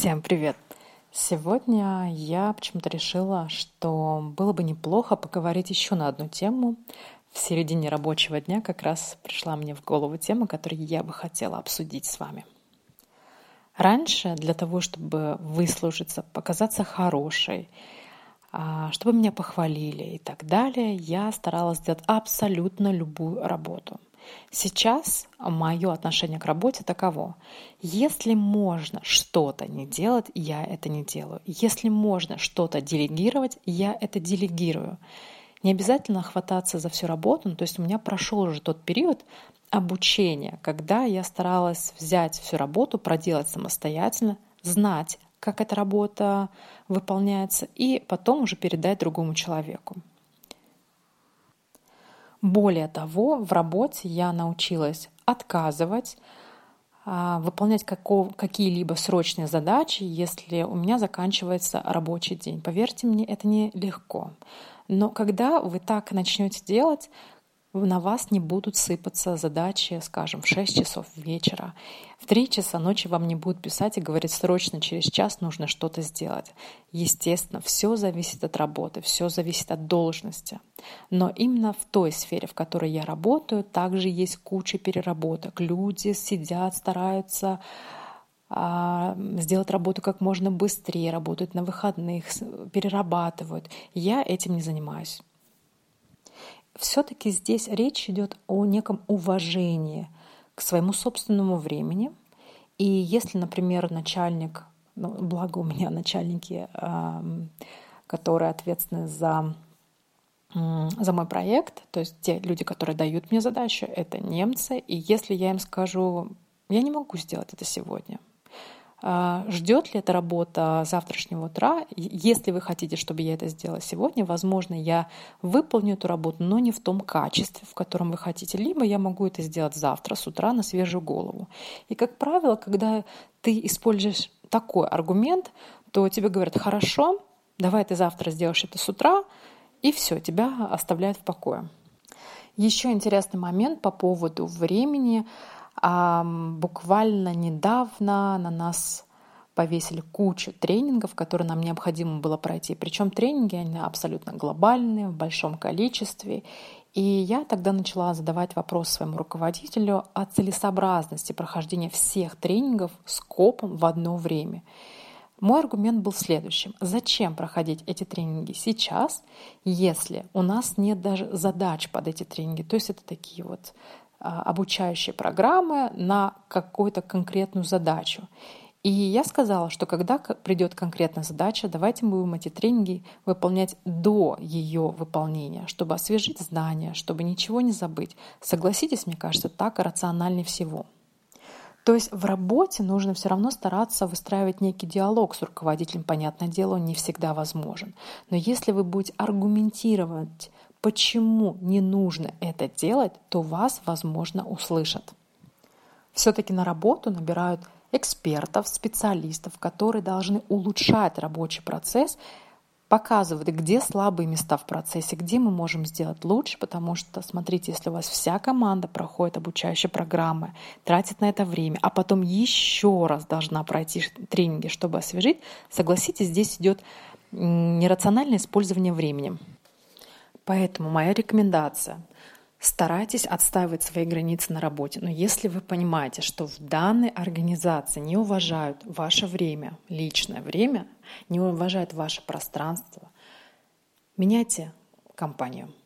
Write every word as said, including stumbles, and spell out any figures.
Всем привет! Сегодня я почему-то решила, что было бы неплохо поговорить еще на одну тему. В середине рабочего дня как раз пришла мне в голову тема, которую я бы хотела обсудить с вами. Раньше для того, чтобы выслужиться, показаться хорошей, а, чтобы меня похвалили и так далее, я старалась сделать абсолютно любую работу. Сейчас мое отношение к работе таково. Если можно что-то не делать, я это не делаю. Если можно что-то делегировать, я это делегирую. Не обязательно хвататься за всю работу. Ну, то есть у меня прошел уже тот период обучения, когда я старалась взять всю работу, проделать самостоятельно, знать, как эта работа выполняется, и потом уже передать другому человеку. Более того, в работе я научилась отказывать, а, выполнять каков- какие-либо срочные задачи, если у меня заканчивается рабочий день. Поверьте мне, это не легко. Но когда вы так начнете делать, на вас не будут сыпаться задачи, скажем, в шесть часов вечера. В три часа ночи вам не будут писать и говорить: срочно через час нужно что-то сделать. Естественно, все зависит от работы, все зависит от должности. Но именно в той сфере, в которой я работаю, также есть куча переработок. Люди сидят, стараются а, сделать работу как можно быстрее, работают на выходных, с- перерабатывают. Я этим не занимаюсь. Все-таки здесь речь идет о неком уважении к своему собственному времени. И если, например, начальник, ну, благо у меня начальники, ам, которые ответственны за, м, за мой проект, то есть те люди, которые дают мне задачу, это немцы. И если я им скажу: я не могу сделать это сегодня, а, ждет ли эта работа завтрашнего утра? И Если вы хотите, чтобы я это сделала сегодня, возможно, я выполню эту работу, но не в том качестве, в котором вы хотите. Либо я могу это сделать завтра с утра на свежую голову. И, как правило, когда ты используешь такой аргумент, то тебе говорят: хорошо, давай ты завтра сделаешь это с утра, и все, тебя оставляют в покое. Еще интересный момент по поводу времени. Ам, Буквально недавно на нас повесили кучу тренингов, которые нам необходимо было пройти. Причем тренинги, они абсолютно глобальные, в большом количестве. И я тогда начала задавать вопрос своему руководителю о целесообразности прохождения всех тренингов скопом в одно время. Мой аргумент был следующим. Зачем проходить эти тренинги сейчас, если у нас нет даже задач под эти тренинги? То есть это такие вот а, обучающие программы на какую-то конкретную задачу. И я сказала, что когда к- придет конкретная задача, давайте мы будем эти тренинги выполнять до ее выполнения, чтобы освежить знания, чтобы ничего не забыть. Согласитесь, мне кажется, так рациональнее всего. То есть в работе нужно все равно стараться выстраивать некий диалог с руководителем. Понятное дело, он не всегда возможен. Но если вы будете аргументировать, почему не нужно это делать, то вас, возможно, услышат. Все-таки на работу набирают экспертов, специалистов, которые должны улучшать рабочий процесс, показывать, где слабые места в процессе, где мы можем сделать лучше, потому что, смотрите, если у вас вся команда проходит обучающие программы, тратит на это время, а потом еще раз должна пройти тренинги, чтобы освежить, согласитесь, здесь идет м, нерациональное использование времени. Поэтому моя рекомендация: старайтесь отстаивать свои границы на работе. Но если вы понимаете, что в данной организации не уважают ваше время, личное время, не уважают ваше пространство, меняйте компанию.